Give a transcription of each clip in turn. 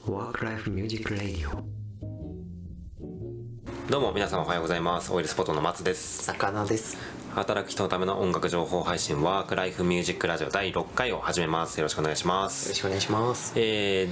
Work Life Music Radio。 どうも皆さんおはようございます。オイルスポットの松です。 魚です。 働く人のための音楽情報配信ワークライフミュージックラジオ第6回を始めます。よろしくお願いします。 よろしくお願いします。 前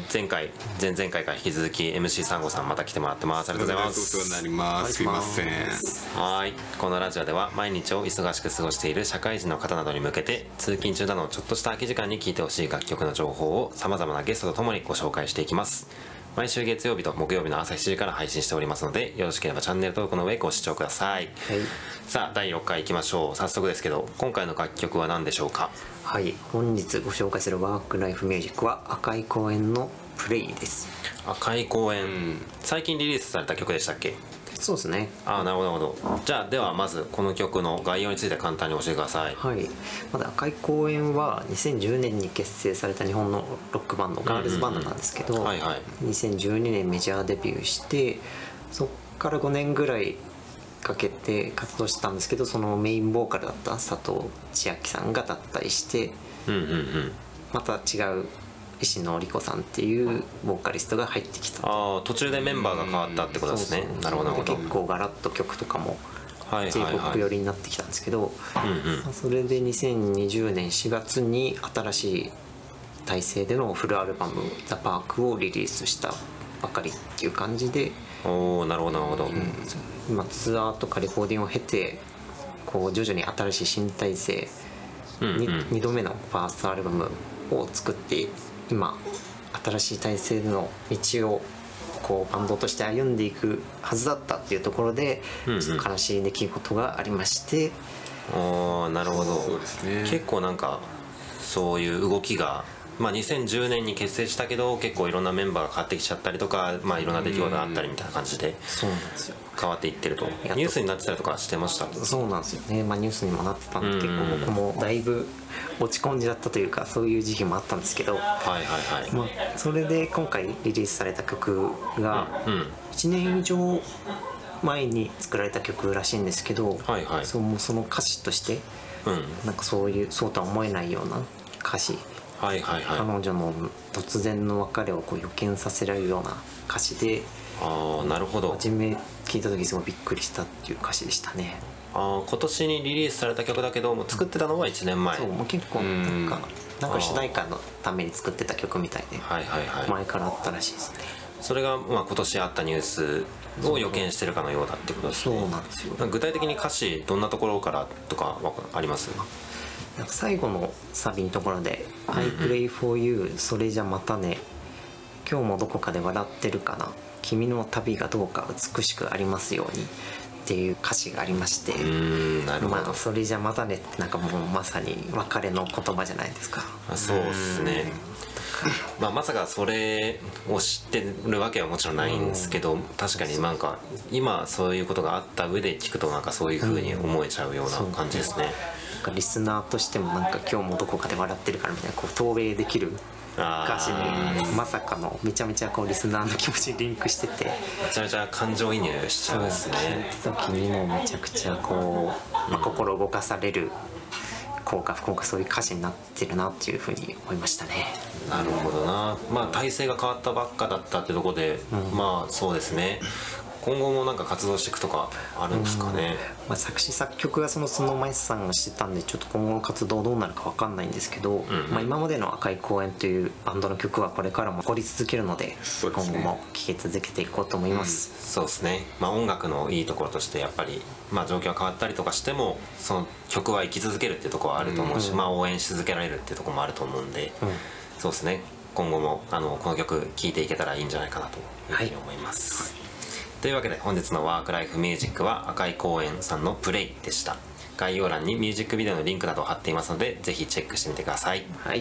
々回から引き続き MC サンゴさんまた来てもらってます。ありがとうございます。 お世話になります。すいません。 はい。このラジオでは毎日を忙しく過ごしている社会人の方などに向けて通勤中などのちょっとした空き時間に聴いてほしい楽曲の情報を様々なゲストとともにご紹介していきます。毎週月曜日と木曜日の朝7時から配信しておりますので、よろしければチャンネル登録の上ご視聴ください。 はい。 さあ第6回いきましょう。早速ですけど今回の楽曲は何でしょうか？ はい。本日ご紹介するワークライフミュージックは赤い公園のプレイです。 赤い公園、最近リリースされた曲でしたっけ？ そうですね。 ああ、なるほどなるほど。じゃあではまずこの曲の概要について簡単に教えてください。 はい。まだ赤い公園は2010年に結成された日本のロックバンドガールズバンドなんですけど、 はいはい。 2012年メジャーデビューして、そっから5年ぐらいかけて活動してたんですけど、そのメインボーカルだった佐藤千秋さんが脱退して、また違う石野莉子さんっていうボーカリストが入ってきた。 ああ、途中でメンバーが変わったってことですね。なるほどなるほど。 結構ガラッと曲とかもはいはいはい J-POP 寄りになってきたんですけど、それで2020年4月に新しい体制でのフルアルバム「ザ・パークをリリースしたばかりっていう感じで、 おお、なるほどなるほど。 今ツアーとかレコーディングを経てこう徐々に新しい新体制に2度目のファーストアルバムを作って、今新しい体制での道をこうバンドとして歩んでいくはずだったっていうところで、ちょっと悲しい出来事がありまして、 おお、なるほど。 そうですね。 結構なんかそういう動きが、まあ、2010年に結成したけど結構いろんなメンバーが変わってきちゃったりとか、まあ、いろんな出来事があったりみたいな感じでそうなんですよ。 変わっていってるとっとニュースになってたりとかしてました。 そうなんですよね。まあニュースにもなってたんで、結構僕もだいぶ落ち込んじゃったというか、そういう時期もあったんですけど、 はいはいはい。 まあ、それで今回リリースされた曲が1年以上前に作られた曲らしいんですけど、 はいはい。 その歌詞としてなんかそうとは思えないような歌詞、 はいはいはい。 彼女の突然の別れをこう予見させられるような歌詞で、 ああ、なるほど。 初め聞いた時すごいびっくりしたっていう歌詞でしたね。 ああ、今年にリリースされた曲だけども作ってたのは1年前。 そう、もう結構なんか主題歌のために作ってた曲みたいで、 はいはいはい。 前からあったらしいですね。 それがまあ今年あったニュースを予見してるかのようだってことですね。 そうなんですよ。 具体的に歌詞どんなところからとかあります？ なんか最後のサビのところで「I pray for you それじゃまたね今日もどこかで笑ってるかな君の旅がどうか美しくありますように」っていう歌詞がありまして、 なるほど。 まあそれじゃまたねってなんかもうまさに別れの言葉じゃないですか。 そうですね。まあ、まさかそれを知ってるわけはもちろんないんですけど、確かになんか今そういうことがあった上で聞くとなんかそういう風に思えちゃうような感じですね。 なんかリスナーとしてもなんか今日もどこかで笑ってるからみたいなこう投影できる歌詞にまさかのめちゃめちゃこうリスナーの気持ちにリンクしてて、 めちゃめちゃ感情移入しちゃうんですね。 聞いた時にもめちゃくちゃこう、心動かされる効果不効果そういう歌詞になってるなっていうふうに思いましたね。 なるほどな。まあ体制が変わったばっかだったってとこで、まあそうですね。今後もなんか活動していくとかあるんですかね。 まあ、作詞作曲はそのスノーマイスさんがしてたんでちょっと今後の活動どうなるか分かんないんですけど、まあ、今までの赤い公園というバンドの曲はこれからも残り続けるので、今後も聴き続けていこうと思います。 そうですね。まあ音楽のいいところとしてやっぱり、まあ、状況が変わったりとかしてもその曲は生き続けるっていうところはあると思うし、まあ応援し続けられるっていうところもあると思うんで、そうですね。今後もこの曲聴いていけたらいいんじゃないかなというふうに思います。というわけで本日のワークライフミュージックは赤い公園さんのプレイでした。概要欄にミュージックビデオのリンクなどを貼っていますのでぜひチェックしてみてください。 はい。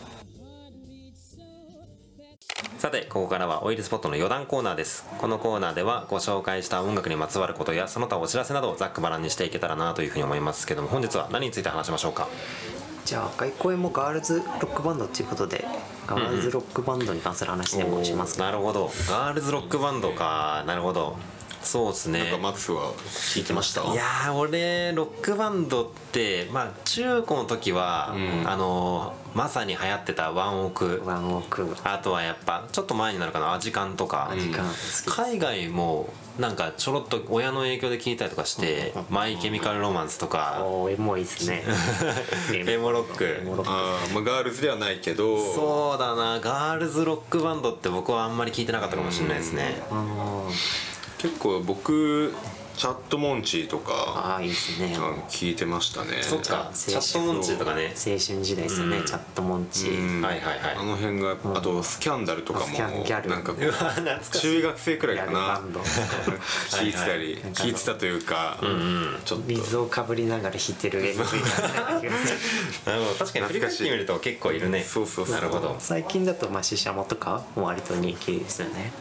さてここからはオイルスポットの余談コーナーです。このコーナーではご紹介した音楽にまつわることやその他お知らせなどをざっくばらんにしていけたらなというふうに思いますけども、本日は何について話しましょうか？ じゃあ赤い公園もガールズロックバンドということで、ガールズロックバンドに関する話でもしますか？ なるほど。ガールズロックバンドか。なるほど。そうですね。 なんかマツは聞いてました？ いやー俺ロックバンドってまあ中高の時は、 まさに流行ってたワンオク、あとはやっぱちょっと前になるかなアジカンとか、海外もなんかちょろっと親の影響で聞いたりとかして「マイ・ケミカル・ロマンス」とかエモいっすねエモロック、 まあガールズではないけど、 そうだな、ガールズロックバンドって僕はあんまり聞いてなかったかもしれないですね。 結構僕チャットモンチーとかいいですね聞いてましたね。 そっか、チャットモンチーとかね、 青春時代ですよね、チャットモンチー、 はいはいはい、 あの辺が、あとスキャンダルとかもなんかこう中学生くらいかな聞いてたり聞いてたというか、ちょっと水をかぶりながら弾いてる MV がなるほど、確かに振り返ってみると結構いるね。 そうそうそう、 なるほど。 最近だとシシャモとかも割と人気ですよね。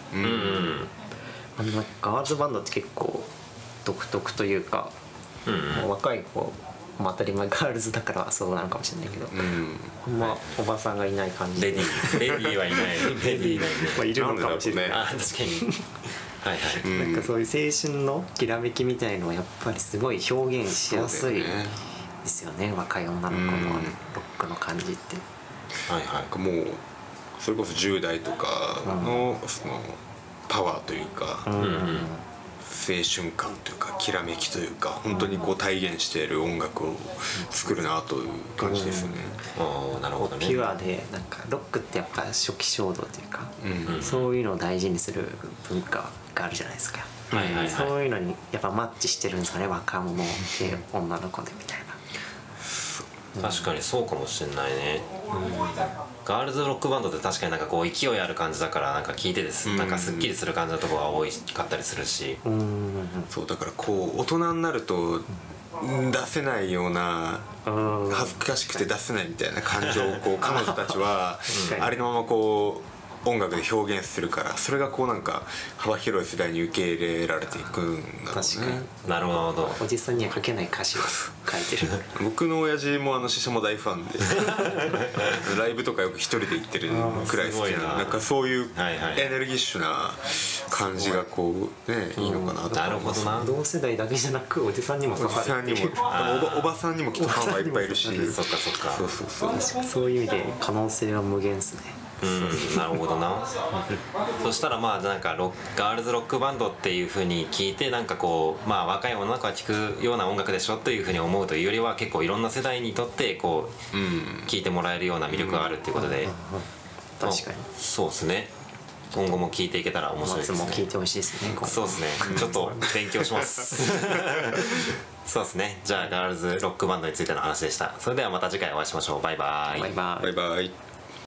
ガールズバンドって結構独特というか、若い子、当たり前ガールズだからそうなのかもしれないけど、あんまおばさんがいない感じで、 レディーはいないレディーいないね、 いるのかもしれない。 確かにはいはい、 なんかそういう青春のきらめきみたいのはやっぱりすごい表現しやすいですよね、若い女の子のロックの感じって。 はいはい、もうそれこそ10代とかのそのパワーというか、青春感というかきらめきというか、本当にこう体現している音楽を作るなという感じですよね。 なるほどね。 ピュアでなんかロックってやっぱ初期衝動というか、そういうのを大事にする文化があるじゃないですか。そういうのにやっぱマッチしてるんですかね、若者で女の子でみたいな。 確かにそうかもしれないね。ガールズロックバンドって確かになんかこう勢いある感じだからなんか聞いてです、なんかすっきりする感じのところが多かったりするし、 そうだからこう大人になると出せないような、恥ずかしくて出せないみたいな感情をこう彼女たちはありのままこう音楽で表現するから、それがこうなんか幅広い世代に受け入れられていくんだろうね。 なるほど。 おじさんには書けない歌詞を書いてる僕の親父もシシャモ大ファンでライブとかよく一人で行ってるくらい好きな、なんかそういうエネルギッシュな感じがこうね、いいのかなと思います。 なるほどな。 同世代だけじゃなくおじさんにも刺さるっていう、 おばさんにもきっとファンはいっぱいいるし、 そっかそっか、 そういう意味で可能性は無限ですね。 なるほどな。そしたらまあなんかガールズロックバンドっていう風に聞いて、なんかこうまあ若い女の子が聴くような音楽でしょという風に思うというよりは、結構いろんな世代にとってこう聴いてもらえるような魅力があるっていうことで、 確かにそうですね。今後も聴いていけたら面白いですね。 も聴いてほしいですね。 そうですね。ちょっと勉強します。そうですね。じゃあガールズロックバンドについての話でした。それではまた次回お会いしましょう。バイバイ。 バイバイ。 バイバイ。